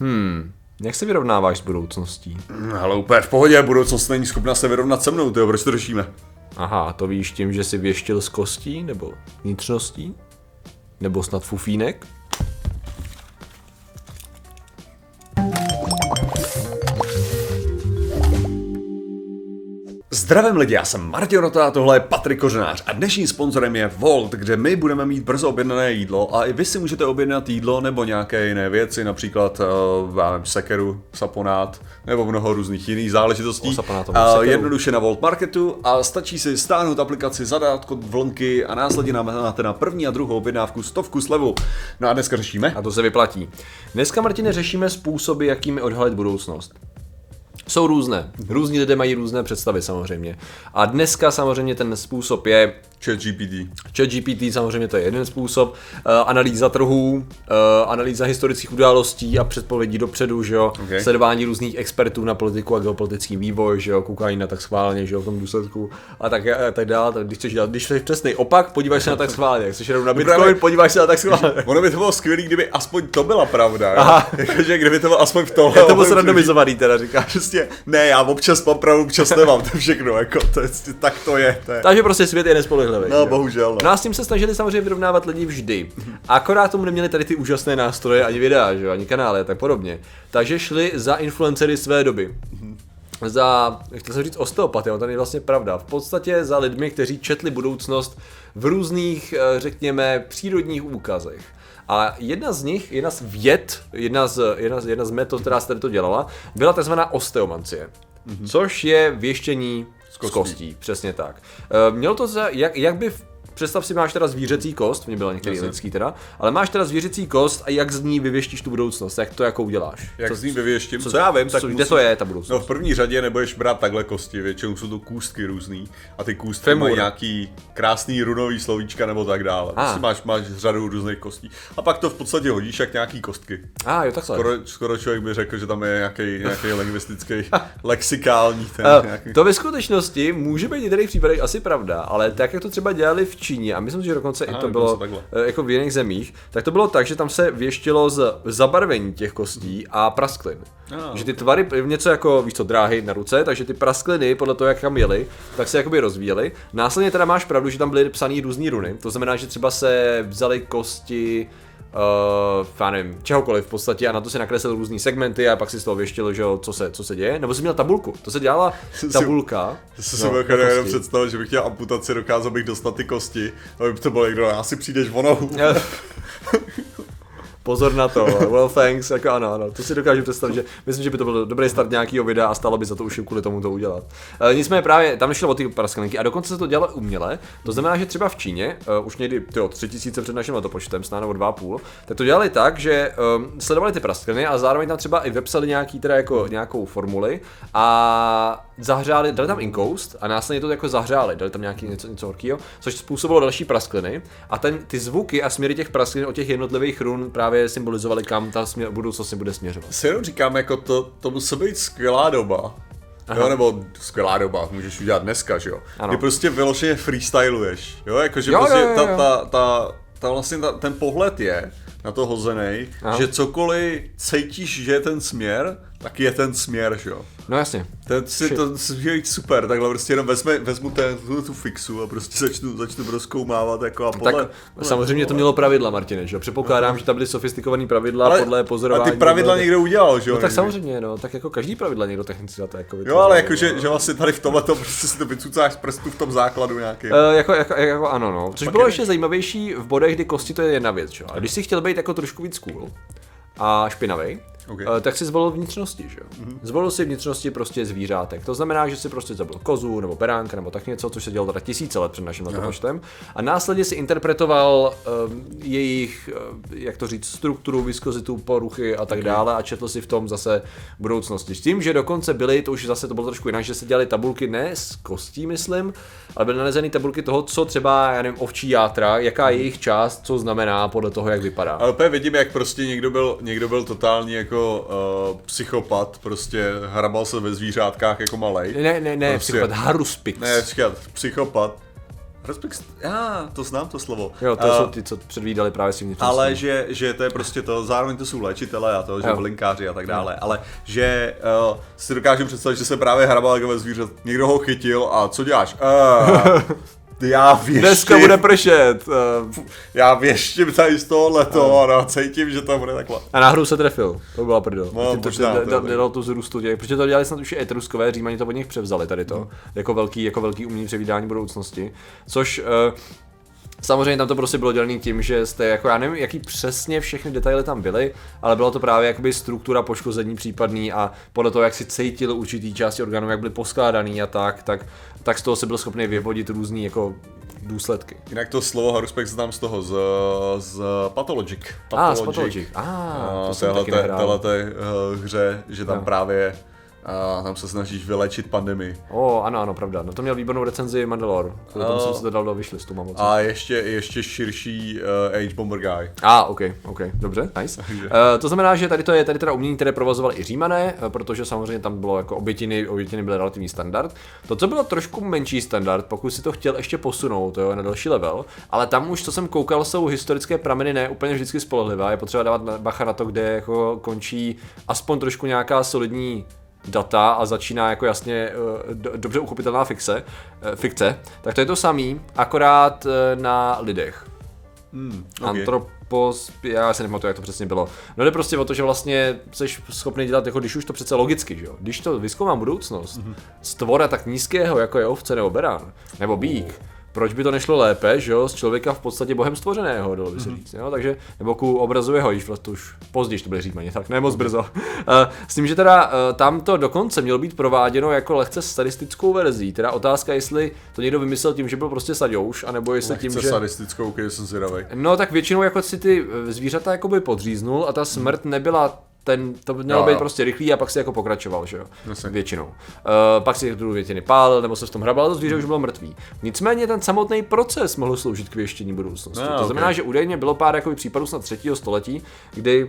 Jak se vyrovnáváš s budoucností? Ale úplně v pohodě, budoucnost není schopna se vyrovnat se mnou, tyjo, proč to řešíme? Aha, to víš tím, že jsi věštil z kostí, nebo vnitřností? Nebo snad fufínek? Zdravím lidi, já jsem Martin Rota a tohle je Patrik Kořenář a dnešním sponzorem je Volt, kde my budeme mít brzo objednané jídlo a i vy si můžete objednat jídlo nebo nějaké jiné věci, například sekeru, saponát nebo mnoho různých jiných záležitostí. Jednoduše na Volt Marketu a stačí si stáhnout aplikaci, zadat kód vlnky a následně máte na první a druhou objednávku 100 slevu. No a dneska řešíme. A to se vyplatí. Dneska, Martine, řešíme způsoby, jakými odhalit budoucnost. Jsou různé. Různí lidé mají různé představy samozřejmě. A dneska samozřejmě ten způsob je ChatGPT samozřejmě to je jeden způsob. Analýza trhů, analýza historických událostí a předpovědí dopředu, že jo. Okay. Sledování různých expertů na politiku a geopolitický vývoj, že jo. Koukají na tak schválně, že jo, v tom důsledku a tak dále. Když chceš přesnej opak, podíváš se na tak schválně. Jak chceš jenom na Bitcoin, podíváš se na tak schválně. Ono by to bylo skvělý, kdyby aspoň to byla pravda. Jakože kdyby to bylo aspoň v tohle. Je to moc randomizovaný teda, říkáš. Prostě, ne, já občas mám pravdu, občas nemám, to všechno, jako, tak to je. Takže prostě svět je nespolehlivý. No, bohužel. No a s tím se snažili samozřejmě vyrovnávat lidi vždy. Akorát tomu neměli tady ty úžasné nástroje, ani videa, že? Ani kanály a tak podobně. Takže šli za influencery své doby. Za, chtěl jsem říct osteopaty, to je vlastně pravda. V podstatě za lidmi, kteří četli budoucnost v různých, řekněme, přírodních úkazech. A jedna z nich, jedna z věd, jedna z metod, která se tady to dělala, byla takzvaná osteomancie. Což je věštění z kostí, přesně tak. Mělo to jak by, představ si, máš teda zvířecí kost, mě byla některý lidský teda, ale máš teda zvířecí kost a jak z ní vyvěštíš tu budoucnost, jak to jako uděláš? Jak z ní vyvěštím? Co já vím, tak kde to je ta budoucnost? No v první řadě nebudeš brát takhle kosti, většinou jsou to kůstky různý a ty kůstky mají nějaký krásný runový slovíčka nebo tak dále. Máš řadu různých kostí a pak to v podstatě hodíš jak nějaký kostky. Jo, takhle. Skoro člověk by řekl, že tam je nějaký lingvistický, lexikální ten nějaký. To ve skutečnosti může být v některých případech asi pravda, ale tak jak to třeba dělali v Číně, a myslím, že dokonce i to bylo jako v jiných zemích, tak to bylo tak, že tam se věštilo z zabarvení těch kostí a prasklin. Že ty tvary, něco jako, víš co, dráhy na ruce, takže ty praskliny, podle toho, jak tam jeli, tak se jakoby rozvíjely. Následně teda máš pravdu, že tam byly psaný různý runy, to znamená, že třeba se vzaly kosti já nevím, čehokoliv v podstatě a na to si nakreslil různý segmenty a pak si z toho věštilo, že co se děje, nebo jsi měl tabulku, to se dělala tabulka. Si jenom představil, že bych chtěl amputaci, dokázal bych dostat ty kosti, aby to bylo někdo, asi přijdeš o nohu. Pozor na to, well thanks, jako ano, to si dokážu představit, že myslím, že by to byl dobrý start nějakého videa a stálo by za to už kvůli tomu to udělat. Nicméně právě tam nešlo o ty prasklenky a dokonce se to dělalo uměle, to znamená, že třeba v Číně, už někdy 3000 před naším letopočtem, snad nebo 2,5, tak to dělali tak, že sledovali ty praskliny a zároveň tam třeba i vepsali nějakou formuli a zahřáli, dali tam inkoust a následně to jako zahřáli, dali tam něco horkýho, což způsobilo další praskliny a ty zvuky a směry těch prasklin od těch jednotlivých run právě symbolizovali, kam ta budoucnost se bude směřovat. Si jenom říkám, jako to musí být skvělá doba. Jo, nebo skvělá doba, můžeš udělat dneska, že jo. Kdy prostě vyloženě freestyluješ, jo, jakože prostě vlastně ten pohled je na to hozenej, že cokoliv cítíš, že je ten směr, tak je ten směr, že jo. No jasně. To je super, takhle prostě jenom vezmu tu fixu a prostě začnu prozkoumávat jako a podle... Tak samozřejmě to mělo pravidla, Martine, že jo. Předpokládám, že tam byly sofistikovaný pravidla podle pozorování. A ty pravidla někdo udělal, že jo. No tak samozřejmě, tak jako každý pravidla někdo technicky to jako jo, ale jako, že vlastně tady v tomhletom prostě si to vycucáš z prstů v tom základu nějaký. Jako ano, no. Což bylo ještě zajímavější v bodech, kdy kosti to je jedna věc, že jo. A když si chtěl být jako trošku víc cool a špinavej, tak si zvolil vnitřnosti, že jo. Zvolil si vnitřnosti prostě zvířátek. To znamená, že si prostě zabil kozu nebo beránka nebo tak něco, což se dělalo teda tisíce let před naším letopočtem. A následně si interpretoval jejich, jak to říct, strukturu, viskozitu, poruchy a tak dále a četl si v tom zase budoucnosti. S tím, že dokonce byly, to už zase to bylo trošku jinak, že se dělali tabulky ne z kostí, myslím, ale byly nalezeny tabulky toho, co třeba, já nevím, ovčí játra, jaká je jejich část, co znamená podle toho, jak vypadá. Ale opět vidím, jak prostě někdo byl totálně jako psychopat, prostě hrabal se ve zvířátkách jako malej. Ne, prostě, psychopat, haruspix. Ne, říkat, psychopat. Respekt, to znám to slovo. Jo, to jsou ty, co předvídali právě si vnitřní. Ale že to je prostě to, zároveň to jsou léčitelé a to, že bylinkáři a tak dále, ale že si dokážu představit, že se právě hrabal jako ve zvířat, někdo ho chytil a co děláš? Já věštím. Dneska bude pršet. Já věštím tady z tohohleto a cítím, že to bude takhle. A náhodou se trefil, to byla prdel. No, Dalo to zrůstu těch, protože to dělali snad už i Etruskové, Římani to od nich převzali tady to, jako velký umění předvídání budoucnosti, což samozřejmě tam to prostě bylo dělané tím, že jste jako, já nevím, jaký přesně všechny detaily tam byly, ale byla to právě jakoby struktura poškození případný a podle toho, jak si cítil určitý části orgánů, jak byly poskládaný a tak z toho se byl schopný vyvodit různý jako důsledky. Jinak to slovo Haruspex znám z toho, z Pathologic. Z Pathologic. To jsem taky nehrál. Téhleté hře, že tam právě tam se snažíš vylečit pandemii. Ano, pravda. No to měl výbornou recenzi Mandalore. Tam jsem se to dal do wishlistu, mám a ještě širší Age Bomber Guy. OK, dobře, nice. To znamená, že tady to je teda umění, které provozovali i Římané, protože samozřejmě tam bylo jako obětiny byly relativní standard. To, co bylo trošku menší standard, pokud si to chtěl ještě posunout na další level, ale tam už, co jsem koukal, jsou historické prameny ne úplně vždycky spolehlivé. Je potřeba dávat bacha na to, kde jako končí aspoň trošku nějaká solidní data a začíná jako jasně dobře uchopitelná fikce, tak to je to samý, akorát na lidech. Okay. Antropos, já se nepamatuju, jak to přesně bylo. No jde prostě o to, že vlastně jsi schopný dělat, jako když už to přece logicky, že jo? Když to vyzkoumám budoucnost, z tvora tak nízkého, jako je ovce nebo berán, nebo býk, proč by to nešlo lépe, že jo, z člověka v podstatě bohem stvořeného, dalo by se říct, jo, takže, nebo ku obrazu jeho, již vlastně už později to byli Římani, tak ne moc brzo. S tím, že teda tam to dokonce mělo být prováděno jako lehce statistickou verzí, teda otázka, jestli to někdo vymyslel tím, že byl prostě sadouš, anebo jestli tím, že... sadistickou, když jsem zvědavej. No tak většinou jako si ty zvířata jakoby podříznul a ta smrt nebyla to mělo být prostě rychlý a pak si jako pokračoval, že jo, většinou. Pak si tu větiny pálil, nebo se v tom hrabal, to zvíře už bylo mrtvý. Nicméně ten samotný proces mohl sloužit k věštění budoucnosti. To znamená, že údajně bylo pár jakoby případů snad 3. století, kdy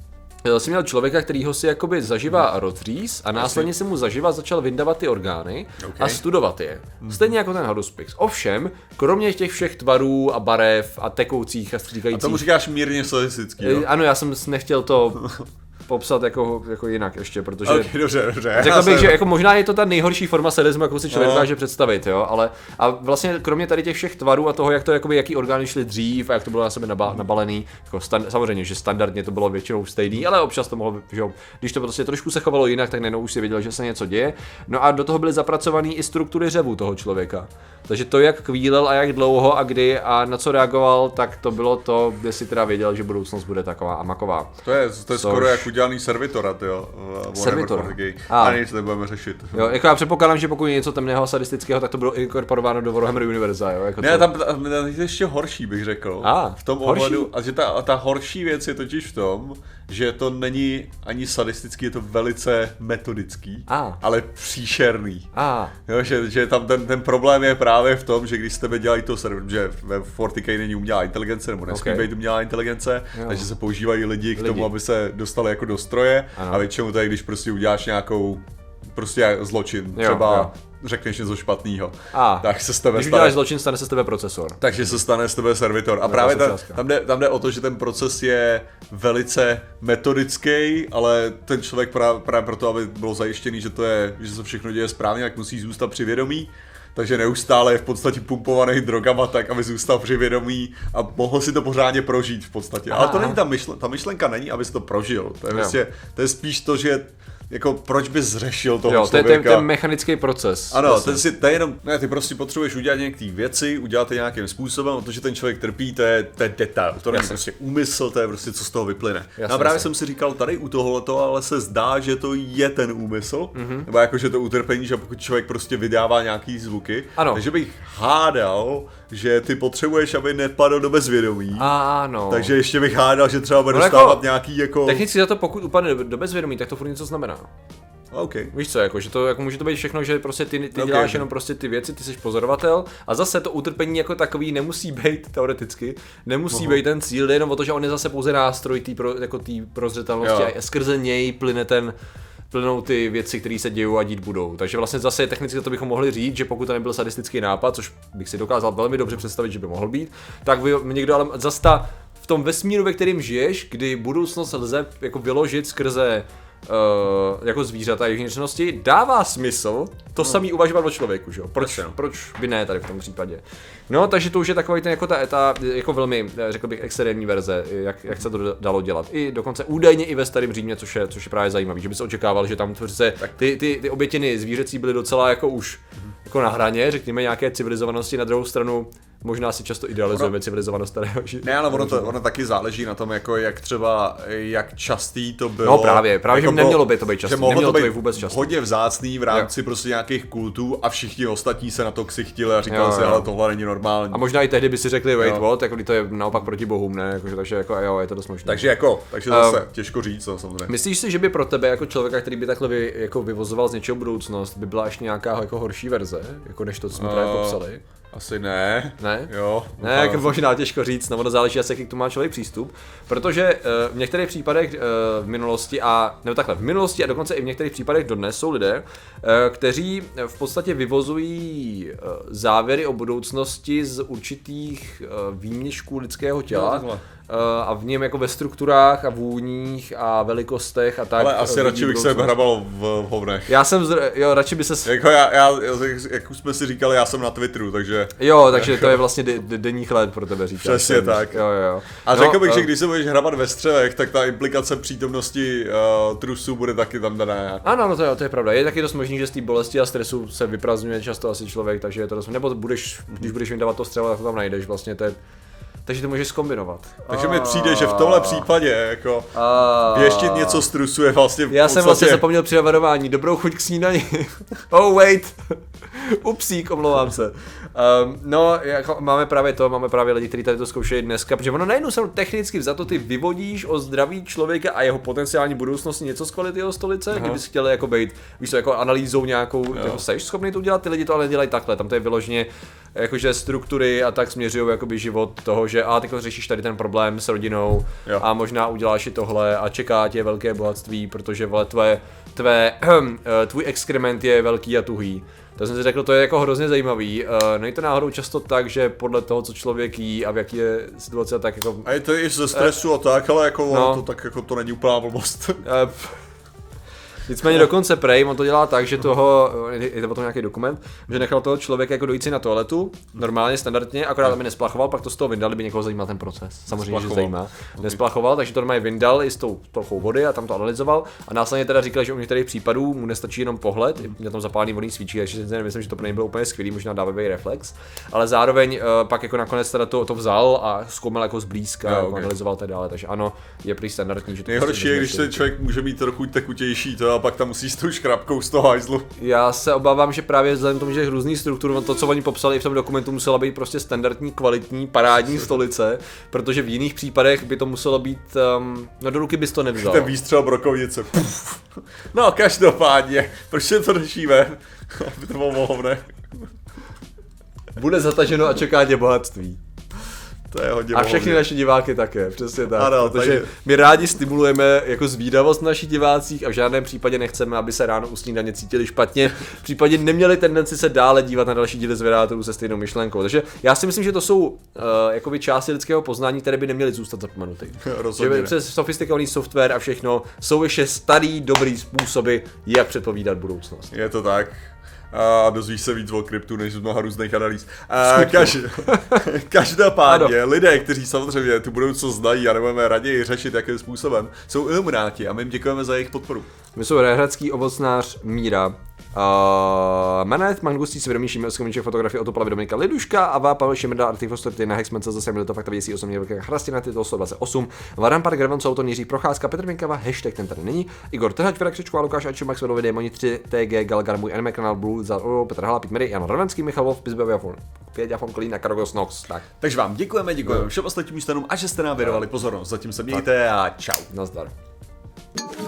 si měl člověka, kterýho si jakoby zaživa rozříz a následně se mu zaživa začal vyndavat ty orgány a studovat je. Stejně jako ten Haruspix. Ovšem, kromě těch všech tvarů a barev a tekoucích a stříkajících. A tomu říkáš mírně sadistický, jo? Ano, já jsem nechtěl to popsat jako jinak ještě, protože dobře. Řekl bych, že jako možná je to ta nejhorší forma sadismu, jakou si člověk dokáže představit, jo, ale a vlastně kromě tady těch všech tvarů a toho, jak to jakoby, jaký orgány šly dřív a jak to bylo na sebe nabalený, jako samozřejmě, že standardně to bylo většinou stejný, ale občas to mohlo, že jo, když to prostě trošku se chovalo jinak, tak najednou už si věděl, že se něco děje. No a do toho byly zapracované i struktury řevu toho člověka. Takže to, jak kvílel a jak dlouho a kdy a na co reagoval, tak to bylo to, kde si teda věděl, že budoucnost bude taková a maková. To je skoro jak udělaný Servitora, jo. Servitora. A nic nebudeme řešit. Jo, jako já předpokládám, že pokud je něco temného a sadistického, tak to bylo inkorporováno do Warhammer Univerza, jo. Jako ne, tam je ještě horší, bych řekl. V tom ohledu, a že ta horší věc je totiž v tom, že to není ani sadistický, je to velice metodický, ale příšerný. Jo, že tam ten problém je právě v tom, že když z tebe dělají to server, že ve 40K není umělá inteligence, nebo nesmí být umělá inteligence, takže se používají lidi k tomu, aby se dostali jako do stroje a většinou to je, když prostě uděláš nějakou prostě zločin, třeba řekneš něco špatného, tak se z tebe když uděláš zločin, stane se z tebe procesor. Takže se stane z tebe servitor. A právě tam jde o to, že ten proces je velice metodický, ale ten člověk právě proto, aby bylo zajištěný, že se všechno děje správně, tak musí zůstat při vědomí. Takže neustále je v podstatě pumpovaný drogama tak, aby zůstal při vědomí a mohl si to pořádně prožít v podstatě. Ale to není ta myšlenka není, aby si to prožil. To je spíš to, že jako proč bys řešil toho člověka. To je ten mechanický proces. Ano, to je jenom, ty prostě potřebuješ udělat nějaké věci, udělat je nějakým způsobem, a to, že ten člověk trpí, to je detail, to není prostě úmysl, to je prostě co z toho vyplyne. A právě jsem si říkal, tady u tohoto, ale se zdá, že to je ten úmysl, nebo jako, že to utrpení, že pokud člověk prostě vydává nějaký zvuky, takže bych hádal, že ty potřebuješ, aby nepadl do bezvědomí. Ano. Takže ještě bych hádal, že třeba bude dostávat nějaký jako... Technicky za to, pokud upadne do bezvědomí, tak to furt něco znamená. Okay. Víš co, jako, že to jako může to být všechno, že prostě ty děláš jenom prostě ty věci, ty jsi pozorovatel a zase to utrpení jako takový nemusí být teoreticky, být ten cíl, jde jenom o to, že on je zase pouze nástroj té prozřetelnosti a skrze něj plyne ten plynou ty věci, které se dějou a dít budou. Takže vlastně zase technicky to bychom mohli říct, že pokud to nebyl sadistický nápad, což bych si dokázal velmi dobře představit, že by mohl být, tak by někdo ale zase v tom vesmíru, ve kterém žiješ, kdy budoucnost lze jako vyložit skrze jako zvířata jejich vnitřnosti, dává smysl to samý uvažovat o člověku, že jo? Proč by ne tady v tom případě? No, takže to už je takový ten jako ta jako velmi, řekl bych, extrémní verze, jak se to dalo dělat. I dokonce údajně i ve Starém Římě, což je právě zajímavý, že by se očekával, že tam ty obětiny zvířecí byly docela jako už jako na hraně, řekněme, nějaké civilizovanosti. Na druhou stranu možná si často idealizujeme civilizovanost starého života. Ne, ale ono taky záleží na tom, jako jak častý to bylo. No právě, jako že nemělo by to být častý, nemělo to být vůbec častý. Hodně vzácný v rámci prostě nějakých kultů a všichni ostatní se na to ksichtili a říkali si, ale tohle není normální. A možná i tehdy by si řekli, wait, what, jako to je naopak proti bohům, ne, jako, takže jako jo, je to dost možné. Takže zase těžko říct, no, samozřejmě. Myslíš si, že by pro tebe jako člověka, který by takhle jako vyvozoval z něčeho budoucnost, by byla ještě nějaká jako horší verze, jako než to, co jsme právě popsali? Asi ne. Ne? Jo. Ne, jako možná těžko říct, no ono záleží asi, jak k tomu má člověk přístup, protože v některých případech v minulosti v minulosti a dokonce i v některých případech dodnes jsou lidé, kteří v podstatě vyvozují závěry o budoucnosti z určitých výměšků lidského těla. No, a v něm jako ve strukturách a vůních a velikostech a tak. Ale asi radši bych se hrabal v hovnech. Radši by se... Jako jak už jsme si říkali, já jsem na Twitteru, takže... Jo, takže to je vlastně denní chléb pro tebe, říkáš. Přesně tak. Jo. A řekl bych, že když se budeš hrabat ve střevech, tak ta implikace přítomnosti trusů bude taky tam daná. Ano, no to je pravda. Je taky dost možný, že z té bolesti a stresu se vyprazňuje často asi člověk, takže je to dost... Nebo když budeš vyndávat to střevo, tak to tam najdeš vlastně, takže to můžeš zkombinovat. Takže mi přijde, že v tomhle případě jako věštit něco z trusu je vlastně Já jsem vlastně zapomněl při varování. Dobrou chuť k snídani. Oh wait. Upsík, omlouvám se. No, jako máme právě lidi, kteří tady to zkoušejí dneska, protože ono najednou se technicky vzato ty vyvodíš o zdraví člověka a jeho potenciální budoucnosti něco z kvality jeho stolice, kdybys chtěl jako být, víš to, jako analýzou nějakou, jako seš schopný to udělat, ty lidi to ale dělají takhle, tam to je vyloženě jakože struktury a tak směřují jakoby život toho, že ty řešíš tady ten problém s rodinou a možná uděláš i tohle a čeká tě velké bohatství, protože vole tvůj exkrement je velký a tuhý. To jsem si řekl, to je jako hrozně zajímavý. Není to náhodou často tak, že podle toho, co člověk jí a v jaký je situace a tak jako... A je to i ze stresu a tak, ale jako to tak jako to není úplná blbost. Nicméně dokonce Prej, on to dělá tak, že je to potom nějaký dokument, že nechal toho člověka jako dojít si na toaletu, normálně, standardně, akorát aby nesplachoval, pak to z toho vyndal, kdyby někoho zajímal ten proces. Samozřejmě, že zajímá. Nesplachoval, takže to normálně vyndal i s tou trochou vody a tam to analyzoval a následně teda říkal, že u některých případů mu nestačí jenom pohled, měl tam zapálený vodní svíčky, takže si myslím, že to pro něj bylo úplně skvělý, možná dávavý reflex, ale zároveň pak jako nakonec teda to vzal a zkoumal jako zblízka, analyzoval tak dále, takže ano, je prý standardní, že to nejhorší je, když ten člověk může mít trochu tekutější a pak tam musí s tou škrabkou z toho hajzlu. Já se obávám, že právě vzhledem k tomu, že různý struktur, to, co oni popsali i v tom dokumentu, musela být prostě standardní, kvalitní, parádní stolice, protože v jiných případech by to muselo být, no do ruky bys to nevzal. Ten výstřel brokovnice. No, každopádně, proč se to řešíme? Aby to bylo mohovné. Bude zataženo a čeká tě bohatství. To je hodně a všechny naše diváky také, přesně tak, ano, protože my rádi stimulujeme jako zvídavost na našich divácích a v žádném případě nechceme, aby se ráno u snídaně cítili špatně, v případě neměli tendenci se dále dívat na další díly Zvědátorů se stejnou myšlenkou. Takže já si myslím, že to jsou jakoby části lidského poznání, které by neměly zůstat zapomenuty. Že přes sofistikovaný software a všechno jsou ještě starý, dobrý způsoby, jak předpovídat budoucnost. Je to tak. A dozvíš se víc o kryptu než z mnoha různých analýz. Každopádně lidé, kteří samozřejmě tu budoucnost znají a nebudeme raději řešit, jakým způsobem, jsou ilumináti a my jim děkujeme za jejich podporu. My jsou Hradský ovocnář Míra, Manet, Mangustí, Svědomíší, Skomiček, fotografie Otoplavy Dominika Liduška, Ava, Pavel Šimrda, Artifostorty, na Hexmence, zase Milito, Fakta věcí, osobně velké Chrastina, Titul 128, Varan Park, Gravanco, Autor, Jiří Procházka, Petr Minkava, hashtag ten tady není, Igor Trhač, Věra Křečková, Lukáš Aču, Max Vedovi, Démoni 3, TG, Galgar, můj anime kanál, Blue, Petr Hala, Pít Mary, Jan Ravenský, Michal Wolf, Pizbevy a Pět Jafon Kolína, Karagos Nox. Tak. Takže vám děkujeme všem ostatním členům a že jste nám věnovali pozornost. Zatím se mějte a čau. Nazdar.